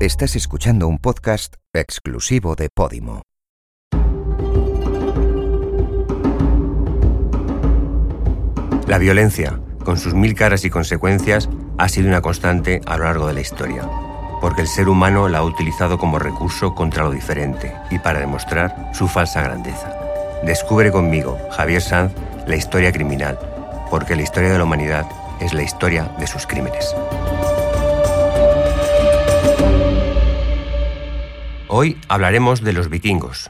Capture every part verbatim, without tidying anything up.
Estás escuchando un podcast exclusivo de Podimo. La violencia, con sus mil caras y consecuencias, ha sido una constante a lo largo de la historia, porque el ser humano la ha utilizado como recurso contra lo diferente y para demostrar su falsa grandeza. Descubre conmigo, Javier Sanz, la historia criminal, porque la historia de la humanidad es la historia de sus crímenes. Hoy hablaremos de los vikingos.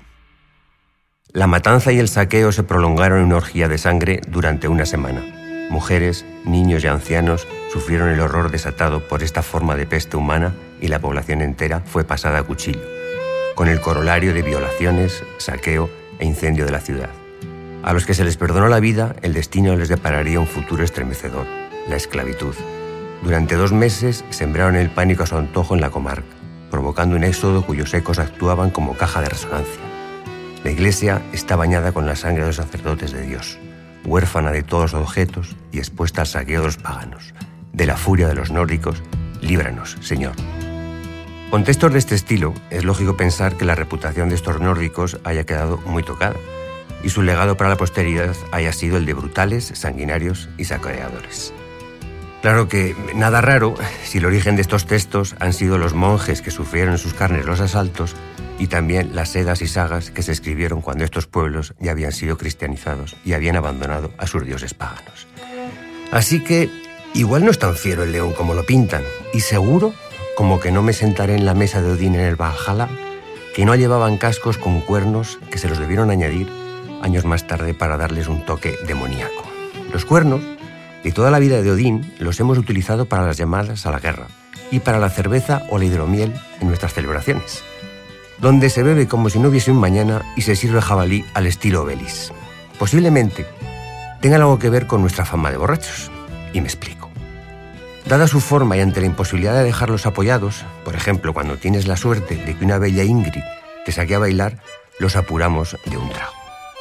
La matanza y el saqueo se prolongaron en una orgía de sangre durante una semana. Mujeres, niños y ancianos sufrieron el horror desatado por esta forma de peste humana y la población entera fue pasada a cuchillo, con el corolario de violaciones, saqueo e incendio de la ciudad. A los que se les perdonó la vida, el destino les depararía un futuro estremecedor, la esclavitud. Durante dos meses sembraron el pánico a su antojo en la comarca, provocando un éxodo cuyos ecos actuaban como caja de resonancia. La iglesia está bañada con la sangre de los sacerdotes de Dios, huérfana de todos los objetos y expuesta al saqueo de los paganos. De la furia de los nórdicos, líbranos, Señor. Contextos de este estilo, es lógico pensar que la reputación de estos nórdicos haya quedado muy tocada y su legado para la posteridad haya sido el de brutales, sanguinarios y saqueadores. Claro que nada raro si el origen de estos textos han sido los monjes que sufrieron en sus carnes los asaltos y también las edas y sagas que se escribieron cuando estos pueblos ya habían sido cristianizados y habían abandonado a sus dioses paganos. Así que igual no es tan fiero el león como lo pintan, y seguro, como que no me sentaré en la mesa de Odín en el Valhalla, que no llevaban cascos con cuernos que se los debieron añadir años más tarde para darles un toque demoníaco. Los cuernos de toda la vida de Odín los hemos utilizado para las llamadas a la guerra y para la cerveza o la hidromiel en nuestras celebraciones, donde se bebe como si no hubiese un mañana y se sirve jabalí al estilo Belis. Posiblemente tengan algo que ver con nuestra fama de borrachos, y me explico. Dada su forma y ante la imposibilidad de dejarlos apoyados, por ejemplo, cuando tienes la suerte de que una bella Ingrid te saque a bailar, los apuramos de un trago.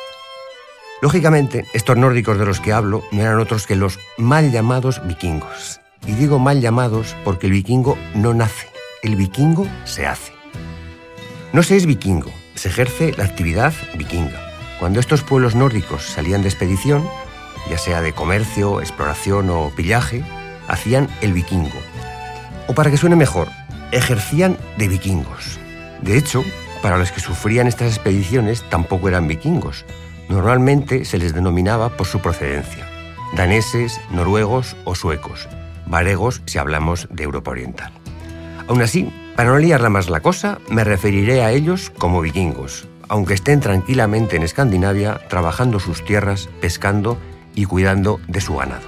Lógicamente, estos nórdicos de los que hablo no eran otros que los mal llamados vikingos. Y digo mal llamados porque el vikingo no nace, el vikingo se hace. No se es vikingo, se ejerce la actividad vikinga. Cuando estos pueblos nórdicos salían de expedición, ya sea de comercio, exploración o pillaje, hacían el vikingo. O para que suene mejor, ejercían de vikingos. De hecho, para los que sufrían estas expediciones tampoco eran vikingos. Normalmente se les denominaba por su procedencia: daneses, noruegos o suecos, varegos si hablamos de Europa Oriental. Aún así, para no liarla más la cosa, me referiré a ellos como vikingos, aunque estén tranquilamente en Escandinavia trabajando sus tierras, pescando y cuidando de su ganado.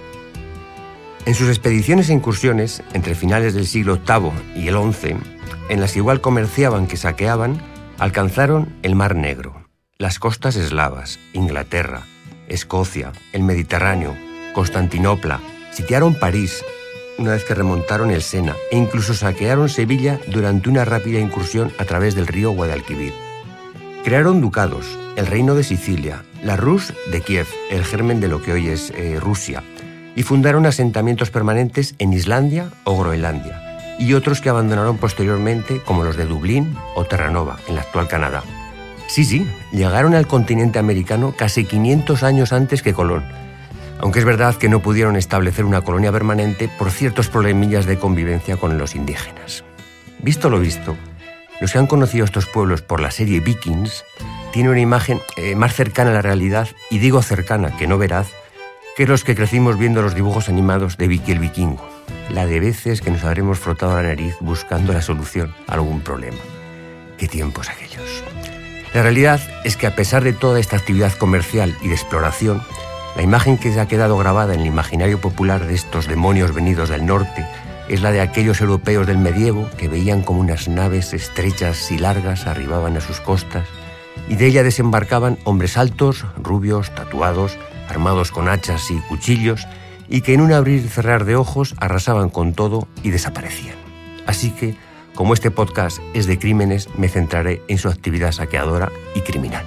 En sus expediciones e incursiones, entre finales del siglo octavo y el once, en las que igual comerciaban que saqueaban, alcanzaron el Mar Negro, las costas eslavas, Inglaterra, Escocia, el Mediterráneo, Constantinopla, sitiaron París, una vez que remontaron el Sena, e incluso saquearon Sevilla durante una rápida incursión a través del río Guadalquivir. Crearon ducados, el reino de Sicilia, la Rus de Kiev, el germen de lo que hoy es eh, Rusia, y fundaron asentamientos permanentes en Islandia o Groenlandia, y otros que abandonaron posteriormente, como los de Dublín o Terranova, en el actual Canadá. Sí, sí, llegaron al continente americano casi quinientos años antes que Colón, aunque es verdad que no pudieron establecer una colonia permanente por ciertos problemillas de convivencia con los indígenas. Visto lo visto, los que han conocido estos pueblos por la serie Vikings tienen una imagen eh, más cercana a la realidad, y digo cercana, que no veraz, que los que crecimos viendo los dibujos animados de Vicky el Vikingo, la de veces que nos habremos frotado la nariz buscando la solución a algún problema. ¡Qué tiempos aquellos! La realidad es que a pesar de toda esta actividad comercial y de exploración, la imagen que se ha quedado grabada en el imaginario popular de estos demonios venidos del norte es la de aquellos europeos del medievo que veían como unas naves estrechas y largas arribaban a sus costas y de ella desembarcaban hombres altos, rubios, tatuados, armados con hachas y cuchillos, y que en un abrir y cerrar de ojos arrasaban con todo y desaparecían. Así que, como este podcast es de crímenes, me centraré en su actividad saqueadora y criminal.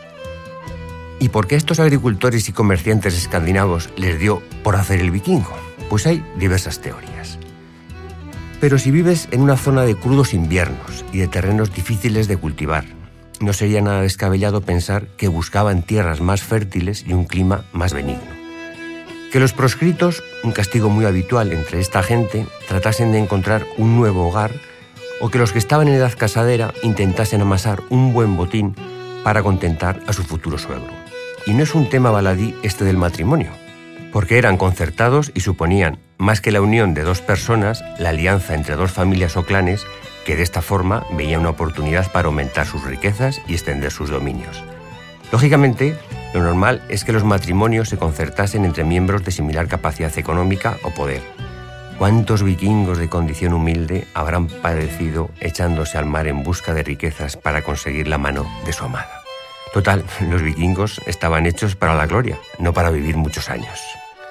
¿Y por qué a estos agricultores y comerciantes escandinavos les dio por hacer el vikingo? Pues hay diversas teorías. Pero si vives en una zona de crudos inviernos y de terrenos difíciles de cultivar, no sería nada descabellado pensar que buscaban tierras más fértiles y un clima más benigno. Que los proscritos, un castigo muy habitual entre esta gente, tratasen de encontrar un nuevo hogar, o que los que estaban en edad casadera intentasen amasar un buen botín para contentar a su futuro suegro. Y no es un tema baladí este del matrimonio, porque eran concertados y suponían, más que la unión de dos personas, la alianza entre dos familias o clanes que de esta forma veían una oportunidad para aumentar sus riquezas y extender sus dominios. Lógicamente, lo normal es que los matrimonios se concertasen entre miembros de similar capacidad económica o poder. ¿Cuántos vikingos de condición humilde habrán padecido echándose al mar en busca de riquezas para conseguir la mano de su amada? Total, los vikingos estaban hechos para la gloria, no para vivir muchos años.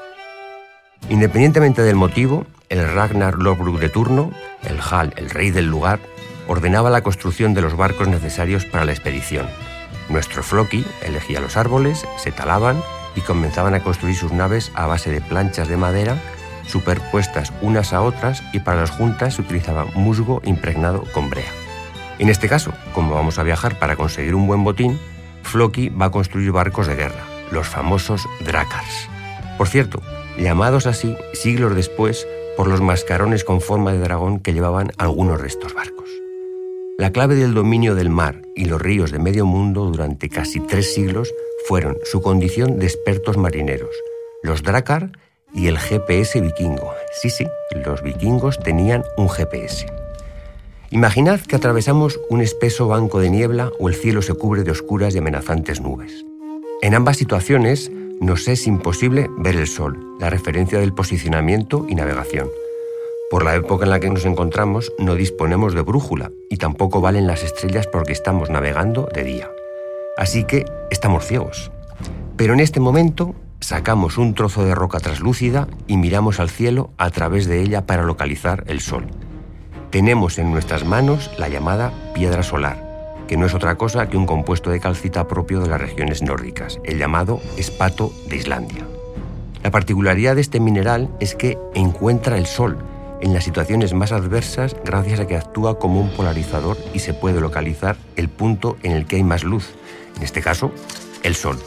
Independientemente del motivo, el Ragnar Lothbrok de turno, el Jarl, el rey del lugar, ordenaba la construcción de los barcos necesarios para la expedición. Nuestro Floki elegía los árboles, se talaban y comenzaban a construir sus naves a base de planchas de madera superpuestas unas a otras, y para las juntas se utilizaba musgo impregnado con brea. En este caso, como vamos a viajar para conseguir un buen botín, Floki va a construir barcos de guerra, los famosos drakars. Por cierto, llamados así siglos después por los mascarones con forma de dragón que llevaban algunos de estos barcos. La clave del dominio del mar y los ríos de medio mundo durante casi tres siglos fueron su condición de expertos marineros, los drakar y el G P S vikingo. Sí, sí, los vikingos tenían un G P S. Imaginad que atravesamos un espeso banco de niebla o el cielo se cubre de oscuras y amenazantes nubes. En ambas situaciones nos es imposible ver el sol, la referencia del posicionamiento y navegación. Por la época en la que nos encontramos no disponemos de brújula y tampoco valen las estrellas porque estamos navegando de día. Así que estamos ciegos. Pero en este momento sacamos un trozo de roca traslúcida y miramos al cielo a través de ella para localizar el sol. Tenemos en nuestras manos la llamada piedra solar, que no es otra cosa que un compuesto de calcita propio de las regiones nórdicas, el llamado espato de Islandia. La particularidad de este mineral es que encuentra el sol en las situaciones más adversas gracias a que actúa como un polarizador y se puede localizar el punto en el que hay más luz, en este caso, el sol.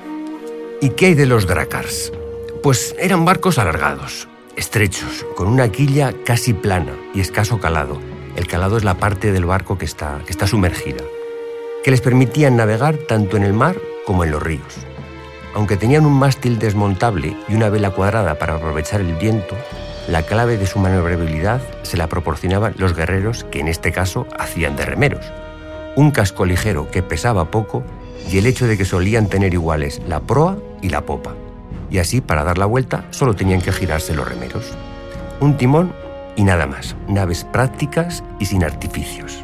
¿Y qué hay de los drakars? Pues eran barcos alargados, estrechos, con una quilla casi plana y escaso calado. El calado es la parte del barco que está, que está sumergida, que les permitían navegar tanto en el mar como en los ríos. Aunque tenían un mástil desmontable y una vela cuadrada para aprovechar el viento, la clave de su maniobrabilidad se la proporcionaban los guerreros que en este caso hacían de remeros. Un casco ligero que pesaba poco y el hecho de que solían tener iguales la proa y la popa. Y así, para dar la vuelta, solo tenían que girarse los remeros. Un timón y nada más, naves prácticas y sin artificios.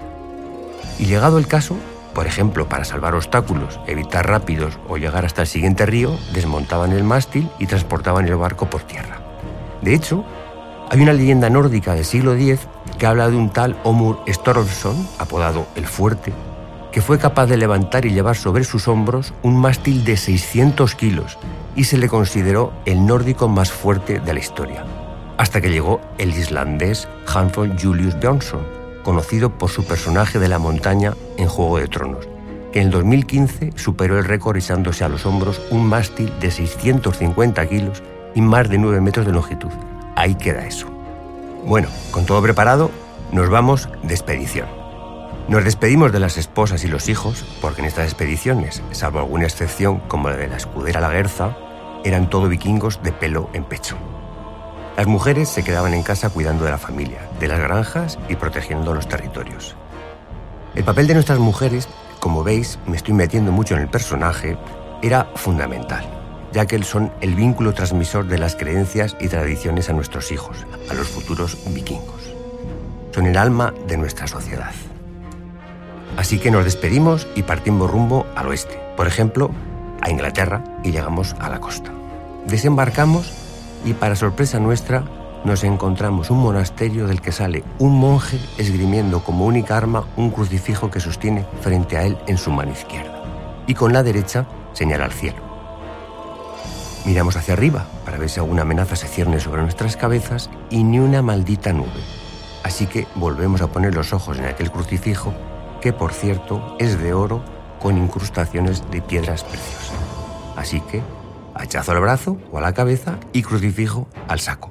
Y llegado el caso, por ejemplo, para salvar obstáculos, evitar rápidos o llegar hasta el siguiente río, desmontaban el mástil y transportaban el barco por tierra. De hecho, hay una leyenda nórdica del siglo diez que habla de un tal Omur Stormson, apodado el Fuerte, que fue capaz de levantar y llevar sobre sus hombros un mástil de seiscientos kilos y se le consideró el nórdico más fuerte de la historia. Hasta que llegó el islandés Hanfol Julius Bjornsson, conocido por su personaje de la montaña en Juego de Tronos, que en el dos mil quince superó el récord echándose a los hombros un mástil de seiscientos cincuenta kilos y más de nueve metros de longitud. Ahí queda eso. Bueno, con todo preparado, nos vamos de expedición. Nos despedimos de las esposas y los hijos, porque en estas expediciones, salvo alguna excepción como la de la escudera Lagertha, eran todo vikingos de pelo en pecho. Las mujeres se quedaban en casa cuidando de la familia, de las granjas y protegiendo los territorios. El papel de nuestras mujeres, como veis, me estoy metiendo mucho en el personaje, era fundamental, ya que son el vínculo transmisor de las creencias y tradiciones a nuestros hijos, a los futuros vikingos. Son el alma de nuestra sociedad. Así que nos despedimos y partimos rumbo al oeste, por ejemplo, a Inglaterra, y llegamos a la costa. Desembarcamos y, para sorpresa nuestra, nos encontramos un monasterio del que sale un monje esgrimiendo como única arma un crucifijo que sostiene frente a él en su mano izquierda, y con la derecha señala al cielo. Miramos hacia arriba para ver si alguna amenaza se cierne sobre nuestras cabezas y ni una maldita nube. Así que volvemos a poner los ojos en aquel crucifijo, que por cierto es de oro con incrustaciones de piedras preciosas. Así que hachazo al brazo o a la cabeza y crucifijo al saco.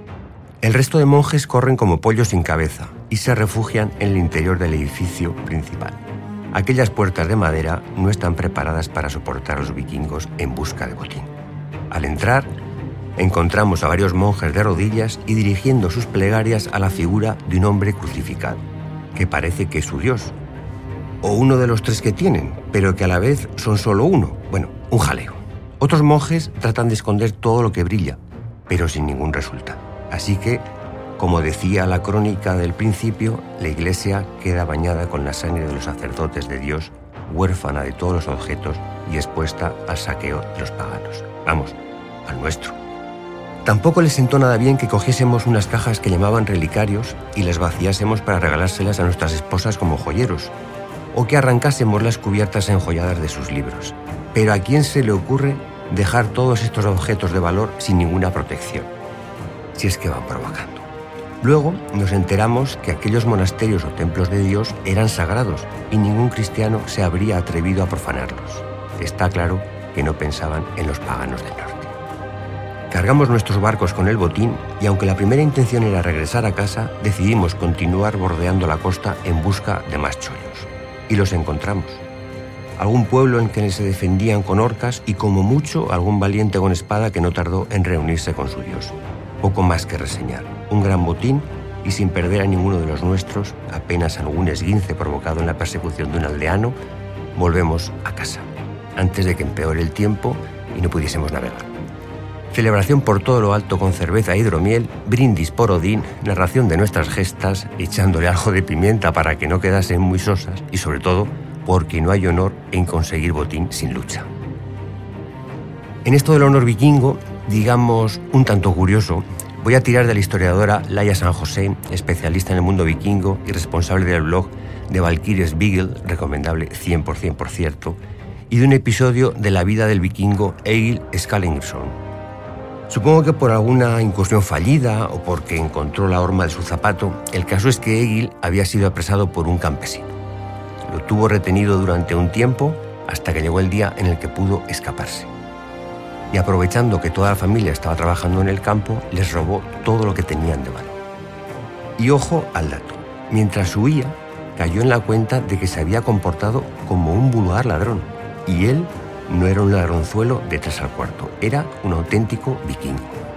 El resto de monjes corren como pollos sin cabeza y se refugian en el interior del edificio principal. Aquellas puertas de madera no están preparadas para soportar a los vikingos en busca de botín. Al entrar, encontramos a varios monjes de rodillas y dirigiendo sus plegarias a la figura de un hombre crucificado, que parece que es su dios, o uno de los tres que tienen, pero que a la vez son solo uno. Bueno, un jaleo. Otros monjes tratan de esconder todo lo que brilla, pero sin ningún resultado. Así que, como decía la crónica del principio, la iglesia queda bañada con la sangre de los sacerdotes de Dios, huérfana de todos los objetos y expuesta al saqueo de los paganos. Vamos, al nuestro. Tampoco les sentó nada bien que cogiésemos unas cajas que llamaban relicarios y las vaciásemos para regalárselas a nuestras esposas como joyeros, o que arrancásemos las cubiertas enjolladas de sus libros. Pero ¿a quién se le ocurre dejar todos estos objetos de valor sin ninguna protección? Si es que van provocando. Luego nos enteramos que aquellos monasterios o templos de Dios eran sagrados y ningún cristiano se habría atrevido a profanarlos. Está claro que no pensaban en los paganos del norte. Cargamos nuestros barcos con el botín y aunque la primera intención era regresar a casa, decidimos continuar bordeando la costa en busca de más chollos. Y los encontramos. Algún pueblo en que se defendían con orcas y como mucho algún valiente con espada que no tardó en reunirse con su dios. Poco más que reseñar. Un gran botín y sin perder a ninguno de los nuestros, apenas algún esguince provocado en la persecución de un aldeano, volvemos a casa, antes de que empeore el tiempo y no pudiésemos navegar. Celebración por todo lo alto con cerveza e hidromiel, brindis por Odín, narración de nuestras gestas, echándole algo de pimienta para que no quedasen muy sosas y sobre todo porque no hay honor en conseguir botín sin lucha. En esto del honor vikingo, digamos un tanto curioso, voy a tirar de la historiadora Laia San José, especialista en el mundo vikingo y responsable del blog de Valkyries Beagle, recomendable cien por ciento por cierto, y de un episodio de la vida del vikingo Egil Skallagrímson. Supongo que por alguna incursión fallida o porque encontró la horma de su zapato, el caso es que Egil había sido apresado por un campesino. Lo tuvo retenido durante un tiempo hasta que llegó el día en el que pudo escaparse. Y aprovechando que toda la familia estaba trabajando en el campo, les robó todo lo que tenían de valor. Y ojo al dato, mientras huía, cayó en la cuenta de que se había comportado como un vulgar ladrón, y él no era un ladronzuelo de tres al cuarto, era un auténtico vikingo.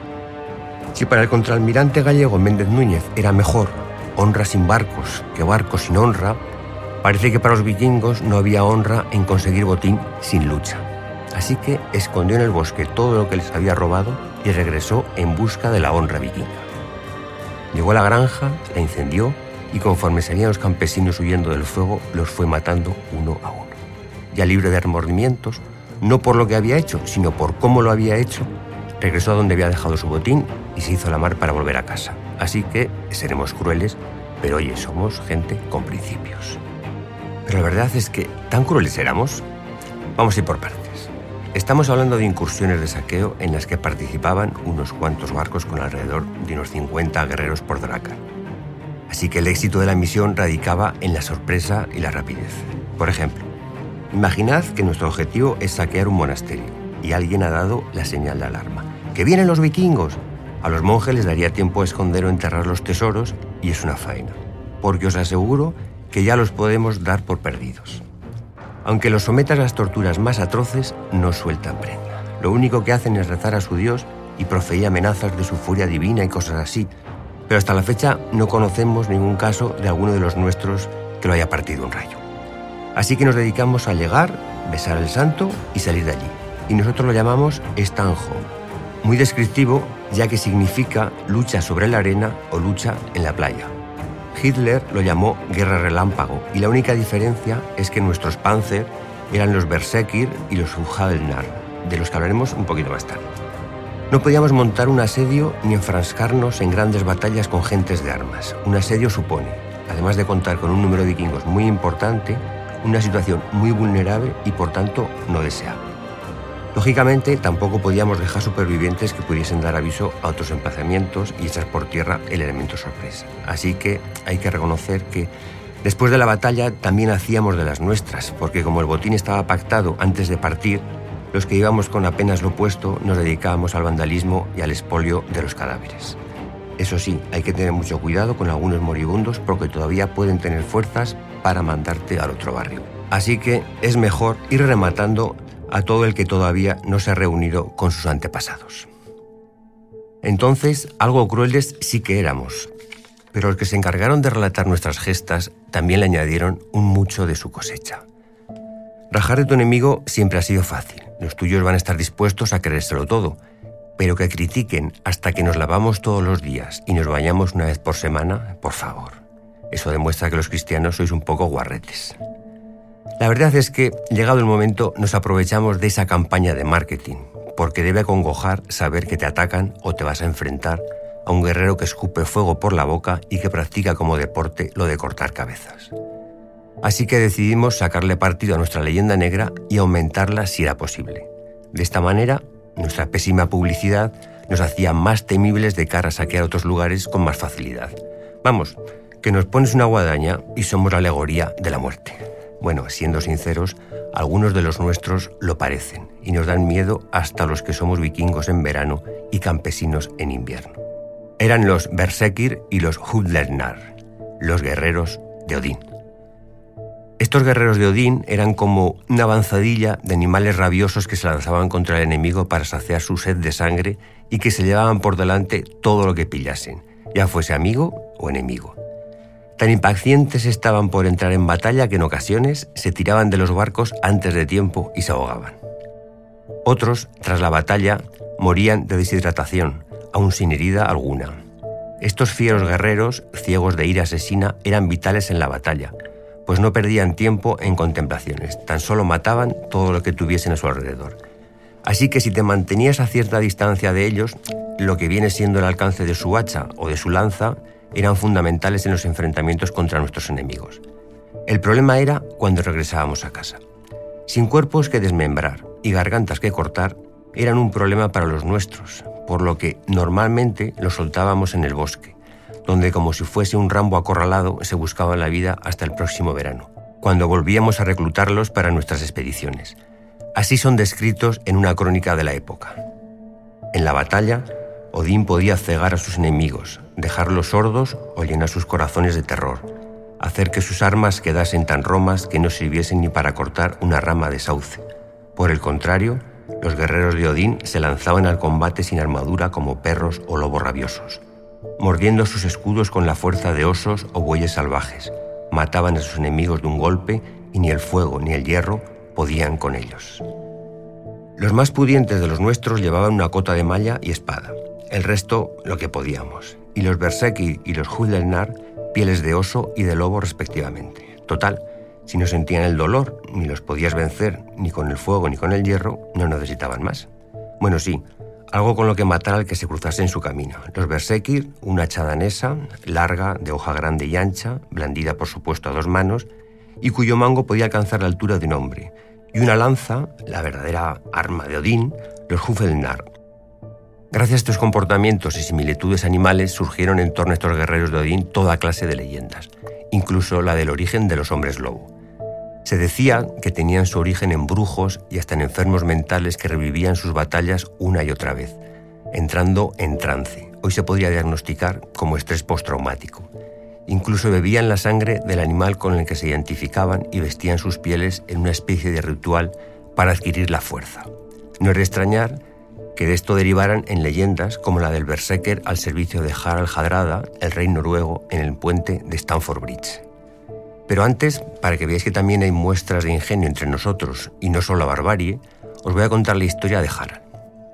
Si para el contraalmirante gallego Méndez Núñez era mejor honra sin barcos que barcos sin honra, parece que para los vikingos no había honra en conseguir botín sin lucha. Así que escondió en el bosque todo lo que les había robado y regresó en busca de la honra vikinga. Llegó a la granja, la incendió y conforme salían los campesinos huyendo del fuego, los fue matando uno a uno. Ya libre de remordimientos, no por lo que había hecho, sino por cómo lo había hecho, regresó a donde había dejado su botín y se hizo la mar para volver a casa. Así que seremos crueles, pero oye, somos gente con principios. Pero la verdad es que, ¿tan crueles éramos? Vamos a ir por partes. Estamos hablando de incursiones de saqueo en las que participaban unos cuantos barcos con alrededor de unos cincuenta guerreros por dracar. Así que el éxito de la misión radicaba en la sorpresa y la rapidez. Por ejemplo, imaginad que nuestro objetivo es saquear un monasterio y alguien ha dado la señal de alarma. ¡Que vienen los vikingos! A los monjes les daría tiempo a esconder o enterrar los tesoros y es una faena, porque os aseguro que ya los podemos dar por perdidos. Aunque los sometas a las torturas más atroces, no sueltan prenda. Lo único que hacen es rezar a su Dios y proferir amenazas de su furia divina y cosas así, pero hasta la fecha no conocemos ningún caso de alguno de los nuestros que lo haya partido un rayo. Así que nos dedicamos a llegar, besar al santo y salir de allí. Y nosotros lo llamamos Stand Home. Muy descriptivo, ya que significa lucha sobre la arena o lucha en la playa. Hitler lo llamó guerra relámpago y la única diferencia es que nuestros Panzer eran los Berserker y los Ujjalnar, de los que hablaremos un poquito más tarde. No podíamos montar un asedio ni enfrascarnos en grandes batallas con gentes de armas. Un asedio supone, además de contar con un número de vikingos muy importante, una situación muy vulnerable y por tanto no deseable. Lógicamente, tampoco podíamos dejar supervivientes que pudiesen dar aviso a otros emplazamientos y echar por tierra el elemento sorpresa. Así que hay que reconocer que después de la batalla también hacíamos de las nuestras, porque como el botín estaba pactado antes de partir, los que íbamos con apenas lo puesto nos dedicábamos al vandalismo y al expolio de los cadáveres. Eso sí, hay que tener mucho cuidado con algunos moribundos porque todavía pueden tener fuerzas para mandarte al otro barrio. Así que es mejor ir rematando a todo el que todavía no se ha reunido con sus antepasados. Entonces, algo crueles sí que éramos, pero los que se encargaron de relatar nuestras gestas también le añadieron un mucho de su cosecha. Rajar de tu enemigo siempre ha sido fácil, los tuyos van a estar dispuestos a creérselo todo, pero que critiquen hasta que nos lavamos todos los días y nos bañamos una vez por semana, por favor. Eso demuestra que los cristianos sois un poco guarretes. La verdad es que, llegado el momento, nos aprovechamos de esa campaña de marketing, porque debe acongojar saber que te atacan o te vas a enfrentar a un guerrero que escupe fuego por la boca y que practica como deporte lo de cortar cabezas. Así que decidimos sacarle partido a nuestra leyenda negra y aumentarla si era posible. De esta manera, nuestra pésima publicidad nos hacía más temibles de cara a saquear otros lugares con más facilidad. Vamos, que nos pones una guadaña y somos la alegoría de la muerte. Bueno, siendo sinceros, algunos de los nuestros lo parecen y nos dan miedo hasta los que somos vikingos en verano y campesinos en invierno. Eran los Berserkir y los Húldlernar, los guerreros de Odín. Estos guerreros de Odín eran como una avanzadilla de animales rabiosos que se lanzaban contra el enemigo para saciar su sed de sangre y que se llevaban por delante todo lo que pillasen, ya fuese amigo o enemigo. Tan impacientes estaban por entrar en batalla que en ocasiones se tiraban de los barcos antes de tiempo y se ahogaban. Otros, tras la batalla, morían de deshidratación, aún sin herida alguna. Estos fieros guerreros, ciegos de ira asesina, eran vitales en la batalla, pues no perdían tiempo en contemplaciones, tan solo mataban todo lo que tuviesen a su alrededor. Así que si te mantenías a cierta distancia de ellos, lo que viene siendo el alcance de su hacha o de su lanza eran fundamentales en los enfrentamientos contra nuestros enemigos. El problema era cuando regresábamos a casa. Sin cuerpos que desmembrar y gargantas que cortar, eran un problema para los nuestros, por lo que normalmente los soltábamos en el bosque, donde como si fuese un Rambo acorralado se buscaban la vida hasta el próximo verano, cuando volvíamos a reclutarlos para nuestras expediciones. Así son descritos en una crónica de la época. En la batalla, Odín podía cegar a sus enemigos, dejarlos sordos o llenar sus corazones de terror, hacer que sus armas quedasen tan romas que no sirviesen ni para cortar una rama de sauce. Por el contrario, los guerreros de Odín se lanzaban al combate sin armadura como perros o lobos rabiosos, mordiendo sus escudos con la fuerza de osos o bueyes salvajes. Mataban a sus enemigos de un golpe y ni el fuego ni el hierro podían con ellos. Los más pudientes de los nuestros llevaban una cota de malla y espada, el resto lo que podíamos, y los Berserkir y los Húldlernar pieles de oso y de lobo respectivamente. Total, si no sentían el dolor, ni los podías vencer, ni con el fuego ni con el hierro, no necesitaban más. Bueno, sí, algo con lo que matar al que se cruzase en su camino. Los Berserkir, una hacha danesa, larga, de hoja grande y ancha, blandida por supuesto a dos manos, y cuyo mango podía alcanzar la altura de un hombre, y una lanza, la verdadera arma de Odín, los Húldlernar. Gracias a estos comportamientos y similitudes animales surgieron en torno a estos guerreros de Odín toda clase de leyendas, incluso la del origen de los hombres lobo. Se decía que tenían su origen en brujos y hasta en enfermos mentales que revivían sus batallas una y otra vez, entrando en trance. Hoy se podría diagnosticar como estrés postraumático. Incluso bebían la sangre del animal con el que se identificaban y vestían sus pieles en una especie de ritual para adquirir la fuerza. No es de extrañar que de esto derivaran en leyendas como la del Berserker al servicio de Harald Hardrada, el rey noruego, en el puente de Stamford Bridge. Pero antes, para que veáis que también hay muestras de ingenio entre nosotros y no solo la barbarie, os voy a contar la historia de Harald.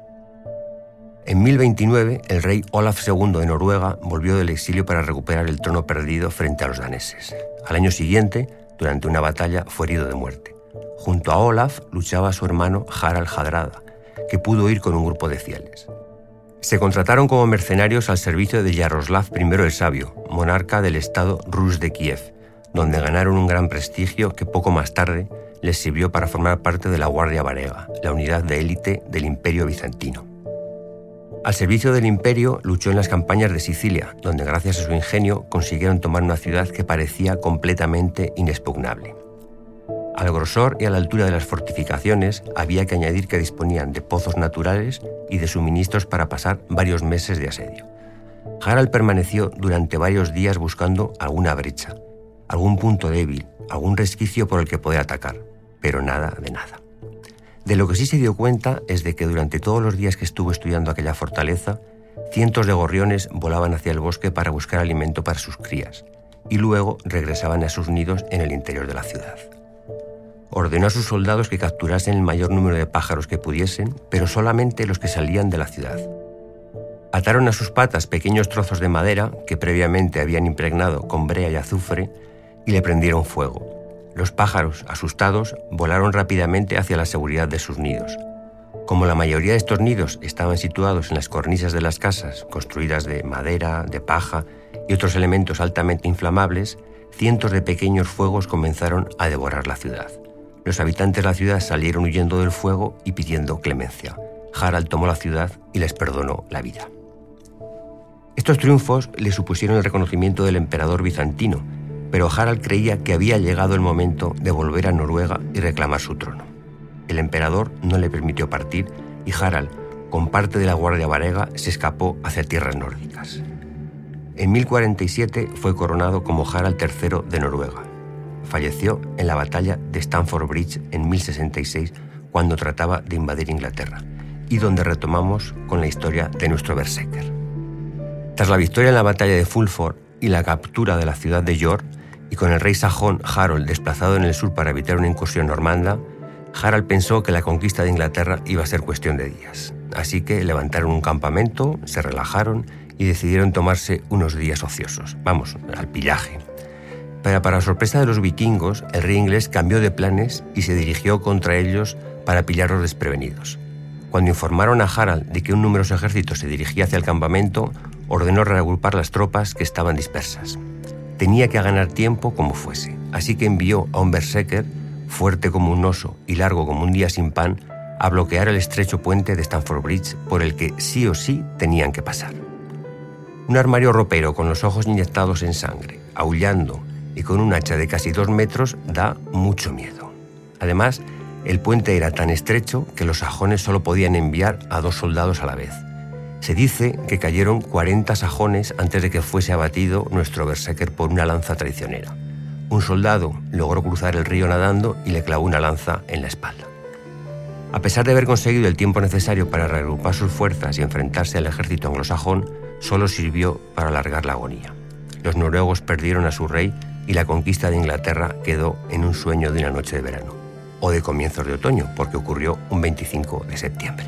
En mil veintinueve, el rey Olaf segundo de Noruega volvió del exilio para recuperar el trono perdido frente a los daneses. Al año siguiente, durante una batalla, fue herido de muerte. Junto a Olaf luchaba su hermano Harald Hardrada, que pudo ir con un grupo de fieles. Se contrataron como mercenarios al servicio de Yaroslav primero el Sabio, monarca del estado Rus de Kiev, donde ganaron un gran prestigio que poco más tarde les sirvió para formar parte de la Guardia Varega, la unidad de élite del Imperio bizantino. Al servicio del imperio luchó en las campañas de Sicilia, donde gracias a su ingenio consiguieron tomar una ciudad que parecía completamente inexpugnable. Al grosor y a la altura de las fortificaciones había que añadir que disponían de pozos naturales y de suministros para pasar varios meses de asedio. Harald permaneció durante varios días buscando alguna brecha, algún punto débil, algún resquicio por el que poder atacar, pero nada de nada. De lo que sí se dio cuenta es de que durante todos los días que estuvo estudiando aquella fortaleza, cientos de gorriones volaban hacia el bosque para buscar alimento para sus crías y luego regresaban a sus nidos en el interior de la ciudad. Ordenó a sus soldados que capturasen el mayor número de pájaros que pudiesen, pero solamente los que salían de la ciudad. Ataron a sus patas pequeños trozos de madera que previamente habían impregnado con brea y azufre y le prendieron fuego. Los pájaros, asustados, volaron rápidamente hacia la seguridad de sus nidos. Como la mayoría de estos nidos estaban situados en las cornisas de las casas, construidas de madera, de paja y otros elementos altamente inflamables, cientos de pequeños fuegos comenzaron a devorar la ciudad. Los habitantes de la ciudad salieron huyendo del fuego y pidiendo clemencia. Harald tomó la ciudad y les perdonó la vida. Estos triunfos le supusieron el reconocimiento del emperador bizantino, pero Harald creía que había llegado el momento de volver a Noruega y reclamar su trono. El emperador no le permitió partir y Harald, con parte de la Guardia Varega, se escapó hacia tierras nórdicas. En mil cuarenta y siete fue coronado como Harald tercero de Noruega. Falleció en la batalla de Stamford Bridge en mil sesenta y seis, cuando trataba de invadir Inglaterra, y donde retomamos con la historia de nuestro berserker. Tras la victoria en la batalla de Fulford y la captura de la ciudad de York, y con el rey sajón Harold desplazado en el sur para evitar una incursión normanda, Harald pensó que la conquista de Inglaterra iba a ser cuestión de días. Así que levantaron un campamento, se relajaron y decidieron tomarse unos días ociosos, vamos, al pillaje. Pero para sorpresa de los vikingos, el rey inglés cambió de planes y se dirigió contra ellos para pillarlos desprevenidos. Cuando informaron a Harald de que un numeroso ejército se dirigía hacia el campamento, ordenó reagrupar las tropas que estaban dispersas. Tenía que ganar tiempo como fuese, así que envió a un berserker, fuerte como un oso y largo como un día sin pan, a bloquear el estrecho puente de Stamford Bridge por el que sí o sí tenían que pasar. Un armario ropero con los ojos inyectados en sangre, aullando y con un hacha de casi dos metros da mucho miedo. Además, el puente era tan estrecho que los sajones solo podían enviar a dos soldados a la vez. Se dice que cayeron cuarenta sajones antes de que fuese abatido nuestro berserker por una lanza traicionera. Un soldado logró cruzar el río nadando y le clavó una lanza en la espalda. A pesar de haber conseguido el tiempo necesario para reagrupar sus fuerzas y enfrentarse al ejército anglosajón, solo sirvió para alargar la agonía. Los noruegos perdieron a su rey y la conquista de Inglaterra quedó en un sueño de una noche de verano, o de comienzos de otoño, porque ocurrió un veinticinco de septiembre.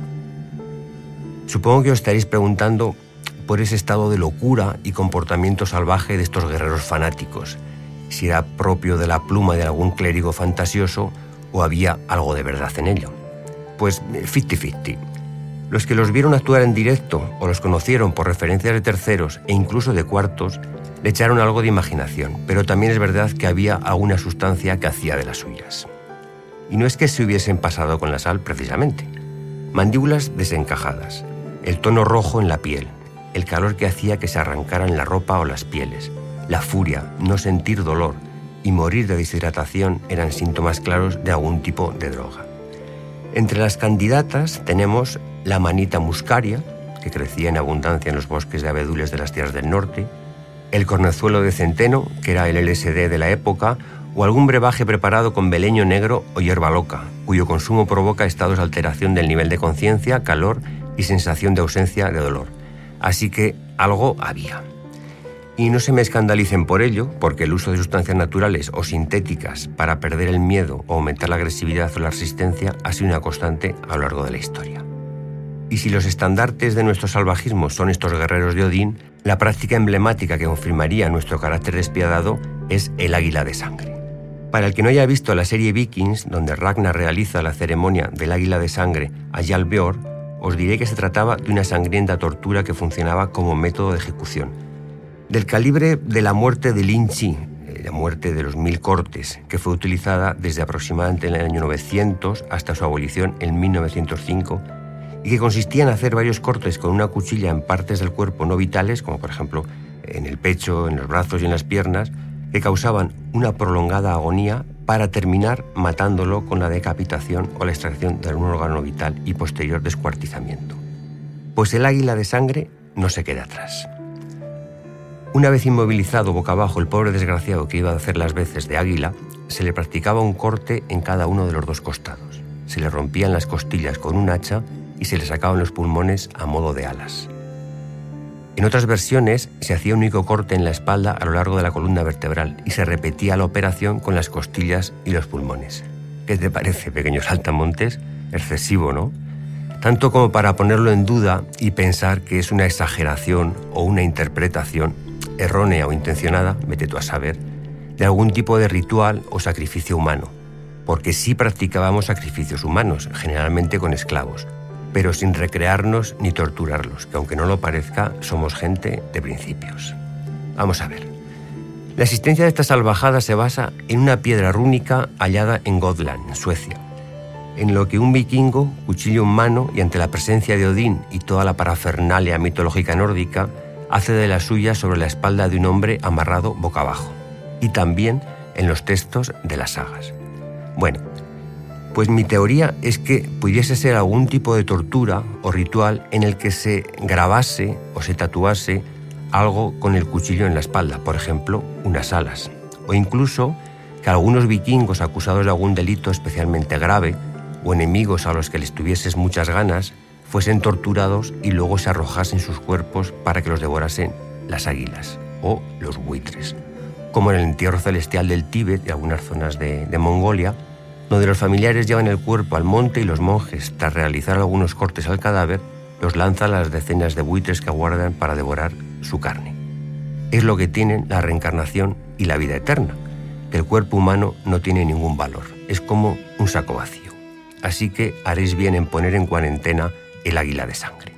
Supongo que os estaréis preguntando por ese estado de locura y comportamiento salvaje de estos guerreros fanáticos, si era propio de la pluma de algún clérigo fantasioso o había algo de verdad en ello. Pues cincuenta cincuenta. Los que los vieron actuar en directo o los conocieron por referencias de terceros e incluso de cuartos, le echaron algo de imaginación, pero también es verdad que había alguna sustancia que hacía de las suyas. Y no es que se hubiesen pasado con la sal precisamente. Mandíbulas desencajadas, el tono rojo en la piel, el calor que hacía que se arrancaran la ropa o las pieles, la furia, no sentir dolor y morir de deshidratación eran síntomas claros de algún tipo de droga. Entre las candidatas tenemos la manita muscaria, que crecía en abundancia en los bosques de abedules de las tierras del norte, el cornezuelo de centeno, que era el L S D de la época, o algún brebaje preparado con beleño negro o hierba loca, cuyo consumo provoca estados de alteración del nivel de conciencia, calor y sensación de ausencia de dolor. Así que algo había. Y no se me escandalicen por ello, porque el uso de sustancias naturales o sintéticas para perder el miedo o aumentar la agresividad o la resistencia ha sido una constante a lo largo de la historia. Y si los estandartes de nuestro salvajismo son estos guerreros de Odín, la práctica emblemática que confirmaría nuestro carácter despiadado es el águila de sangre. Para el que no haya visto la serie Vikings, donde Ragnar realiza la ceremonia del águila de sangre a Jarl Björn, os diré que se trataba de una sangrienta tortura que funcionaba como método de ejecución. Del calibre de la muerte de Lin Chi, de muerte de los mil cortes, que fue utilizada desde aproximadamente el año novecientos hasta su abolición en mil novecientos cinco, y que consistía en hacer varios cortes con una cuchilla en partes del cuerpo no vitales, como por ejemplo en el pecho, en los brazos y en las piernas, que causaban una prolongada agonía para terminar matándolo con la decapitación o la extracción de algún órgano vital y posterior descuartizamiento. Pues el águila de sangre no se queda atrás. Una vez inmovilizado boca abajo el pobre desgraciado que iba a hacer las veces de águila, se le practicaba un corte en cada uno de los dos costados. Se le rompían las costillas con un hacha y se le sacaban los pulmones a modo de alas. En otras versiones se hacía un único corte en la espalda a lo largo de la columna vertebral y se repetía la operación con las costillas y los pulmones. ¿Qué te parece, pequeños saltamontes? Excesivo, ¿no? Tanto como para ponerlo en duda y pensar que es una exageración o una interpretación errónea o intencionada, vete tú a saber, de algún tipo de ritual o sacrificio humano, porque sí practicábamos sacrificios humanos, generalmente con esclavos, pero sin recrearnos ni torturarlos, que aunque no lo parezca, somos gente de principios. Vamos a ver. La existencia de esta salvajada se basa en una piedra rúnica hallada en Gotland, en Suecia, en lo que un vikingo, cuchillo en mano y ante la presencia de Odín y toda la parafernalia mitológica nórdica, hace de la suya sobre la espalda de un hombre amarrado boca abajo, y también en los textos de las sagas. Bueno, pues mi teoría es que pudiese ser algún tipo de tortura o ritual en el que se grabase o se tatuase algo con el cuchillo en la espalda, por ejemplo, unas alas, o incluso que algunos vikingos acusados de algún delito especialmente grave o enemigos a los que les tuvieses muchas ganas fuesen torturados y luego se arrojasen sus cuerpos para que los devorasen las águilas o los buitres, como en el entierro celestial del Tíbet y algunas zonas de, de Mongolia, donde los familiares llevan el cuerpo al monte y los monjes, tras realizar algunos cortes al cadáver, los lanzan a las decenas de buitres que aguardan para devorar su carne. Es lo que tienen la reencarnación y la vida eterna, que el cuerpo humano no tiene ningún valor, es como un saco vacío. Así que haréis bien en poner en cuarentena el águila de sangre.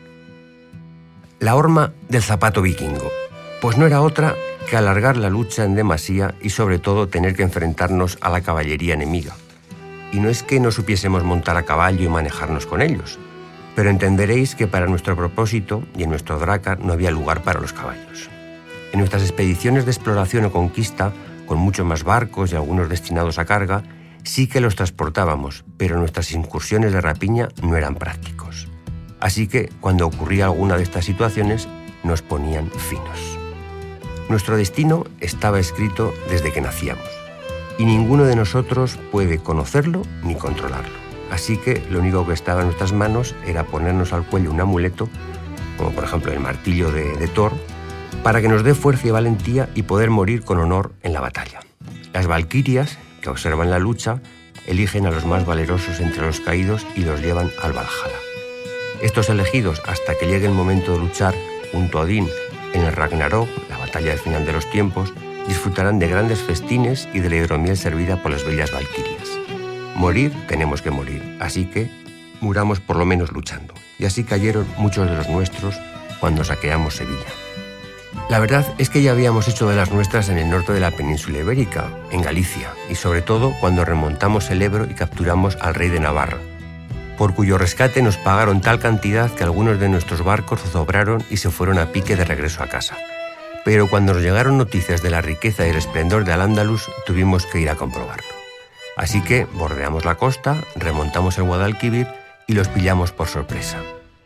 La horma del zapato vikingo, pues no era otra que alargar la lucha en demasía y sobre todo tener que enfrentarnos a la caballería enemiga. Y no es que no supiésemos montar a caballo y manejarnos con ellos, pero entenderéis que para nuestro propósito y en nuestro Drakkar no había lugar para los caballos. En nuestras expediciones de exploración o conquista, con muchos más barcos y algunos destinados a carga, sí que los transportábamos, pero nuestras incursiones de rapiña no eran prácticos. Así que, cuando ocurría alguna de estas situaciones, nos ponían finos. Nuestro destino estaba escrito desde que nacíamos, y ninguno de nosotros puede conocerlo ni controlarlo. Así que lo único que estaba en nuestras manos era ponernos al cuello un amuleto, como por ejemplo el martillo de, de Thor, para que nos dé fuerza y valentía y poder morir con honor en la batalla. Las valquirias, que observan la lucha, eligen a los más valerosos entre los caídos y los llevan al Valhalla. Estos elegidos, hasta que llegue el momento de luchar junto a Odín en el Ragnarok, la batalla del final de los tiempos, disfrutarán de grandes festines y de la hidromiel servida por las bellas valquirias. Morir tenemos que morir, así que muramos por lo menos luchando. Y así cayeron muchos de los nuestros cuando saqueamos Sevilla. La verdad es que ya habíamos hecho de las nuestras en el norte de la península ibérica, en Galicia, y sobre todo cuando remontamos el Ebro y capturamos al rey de Navarra, por cuyo rescate nos pagaron tal cantidad que algunos de nuestros barcos zozobraron y se fueron a pique de regreso a casa. Pero cuando nos llegaron noticias de la riqueza y el esplendor de Al-Ándalus, tuvimos que ir a comprobarlo. Así que bordeamos la costa, remontamos el Guadalquivir y los pillamos por sorpresa.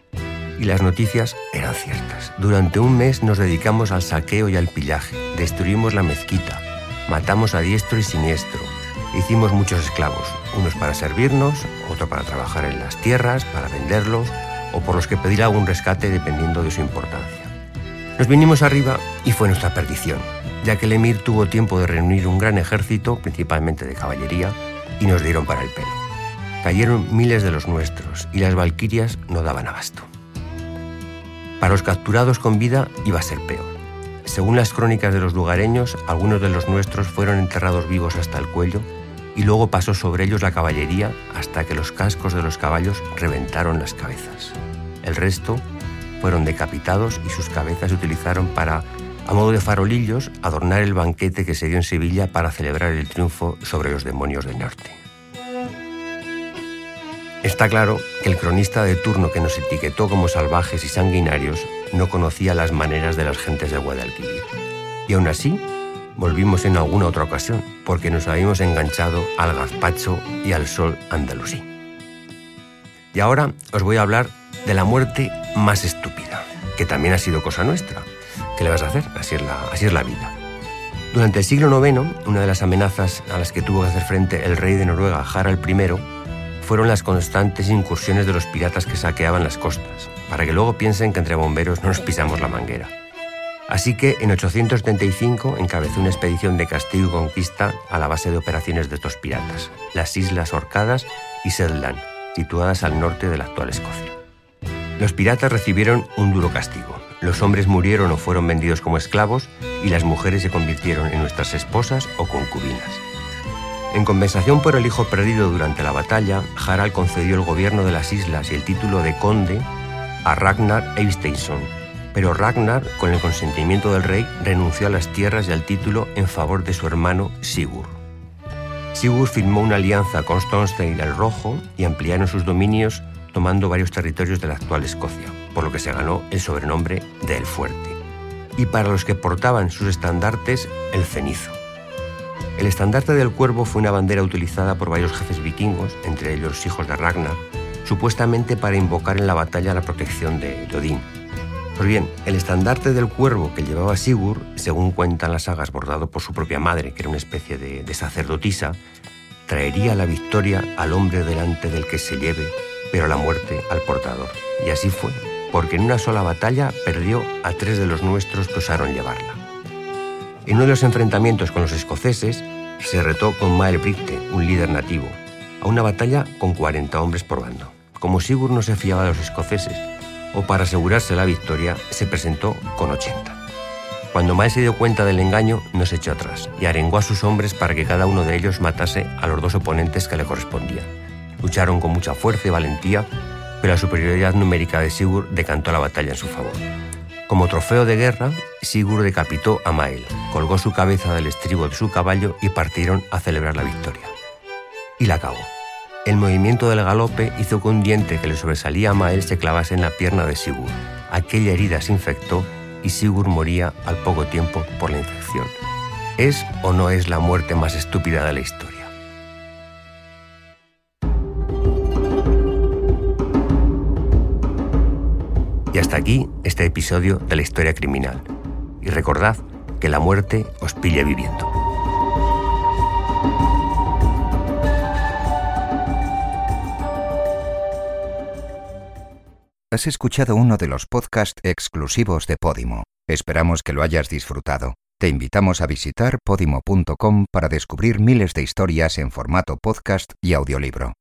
Y las noticias eran ciertas. Durante un mes nos dedicamos al saqueo y al pillaje, destruimos la mezquita, matamos a diestro y siniestro, hicimos muchos esclavos, unos para servirnos, otros para trabajar en las tierras, para venderlos, o por los que pedir algún rescate dependiendo de su importancia. Nos vinimos arriba y fue nuestra perdición, ya que el emir tuvo tiempo de reunir un gran ejército, principalmente de caballería, y nos dieron para el pelo. Cayeron miles de los nuestros y las valquirias no daban abasto. Para los capturados con vida iba a ser peor. Según las crónicas de los lugareños, algunos de los nuestros fueron enterrados vivos hasta el cuello y luego pasó sobre ellos la caballería hasta que los cascos de los caballos reventaron las cabezas. El resto fueron decapitados y sus cabezas se utilizaron para a modo de farolillos, adornar el banquete que se dio en Sevilla para celebrar el triunfo sobre los demonios del norte. Está claro que el cronista de turno que nos etiquetó como salvajes y sanguinarios no conocía las maneras de las gentes de Guadalquivir. Y aún así, volvimos en alguna otra ocasión, porque nos habíamos enganchado al gazpacho y al sol andalusí. Y ahora os voy a hablar de la muerte más estúpida, que también ha sido cosa nuestra. ¿Qué le vas a hacer? Así es la, así es la vida. Durante el siglo noveno, una de las amenazas a las que tuvo que hacer frente el rey de Noruega, Harald primero, fueron las constantes incursiones de los piratas que saqueaban las costas, para que luego piensen que entre bomberos no nos pisamos la manguera. Así que en ochocientos setenta y cinco encabezó una expedición de castigo y conquista a la base de operaciones de estos piratas, las Islas Orcadas y Shetland, situadas al norte de la actual Escocia. Los piratas recibieron un duro castigo. Los hombres murieron o fueron vendidos como esclavos y las mujeres se convirtieron en nuestras esposas o concubinas. En compensación por el hijo perdido durante la batalla, Harald concedió el gobierno de las islas y el título de conde a Ragnar Eysteinsson, pero Ragnar, con el consentimiento del rey, renunció a las tierras y al título en favor de su hermano Sigurd. Sigurd firmó una alianza con Stornstein el Rojo y ampliaron sus dominios tomando varios territorios de la actual Escocia, por lo que se ganó el sobrenombre de El Fuerte. Y para los que portaban sus estandartes, el Cenizo. El estandarte del Cuervo fue una bandera utilizada por varios jefes vikingos, entre ellos hijos de Ragnar, supuestamente para invocar en la batalla la protección de Odín. Pues bien, el estandarte del Cuervo que llevaba Sigurd, según cuentan las sagas, bordado por su propia madre, que era una especie de, de sacerdotisa, traería la victoria al hombre delante del que se lleve, pero la muerte al portador. Y así fue, porque en una sola batalla perdió a tres de los nuestros que osaron llevarla. En uno de los enfrentamientos con los escoceses, se retó con Maelbrigte, un líder nativo, a una batalla con cuarenta hombres por bando. Como Sigurd no se fiaba de los escoceses, o para asegurarse la victoria, se presentó con ochenta. Cuando Mael se dio cuenta del engaño, no se echó atrás y arengó a sus hombres para que cada uno de ellos matase a los dos oponentes que le correspondían. Lucharon con mucha fuerza y valentía, pero la superioridad numérica de Sigurd decantó la batalla en su favor. Como trofeo de guerra, Sigurd decapitó a Mael, colgó su cabeza del estribo de su caballo y partieron a celebrar la victoria. Y la acabó. El movimiento del galope hizo que un diente que le sobresalía a Mael se clavase en la pierna de Sigurd. Aquella herida se infectó y Sigurd moría al poco tiempo por la infección. ¿Es o no es la muerte más estúpida de la historia? Y hasta aquí este episodio de la historia criminal. Y recordad que la muerte os pille viviendo. Has escuchado uno de los podcasts exclusivos de Podimo. Esperamos que lo hayas disfrutado. Te invitamos a visitar podimo punto com para descubrir miles de historias en formato podcast y audiolibro.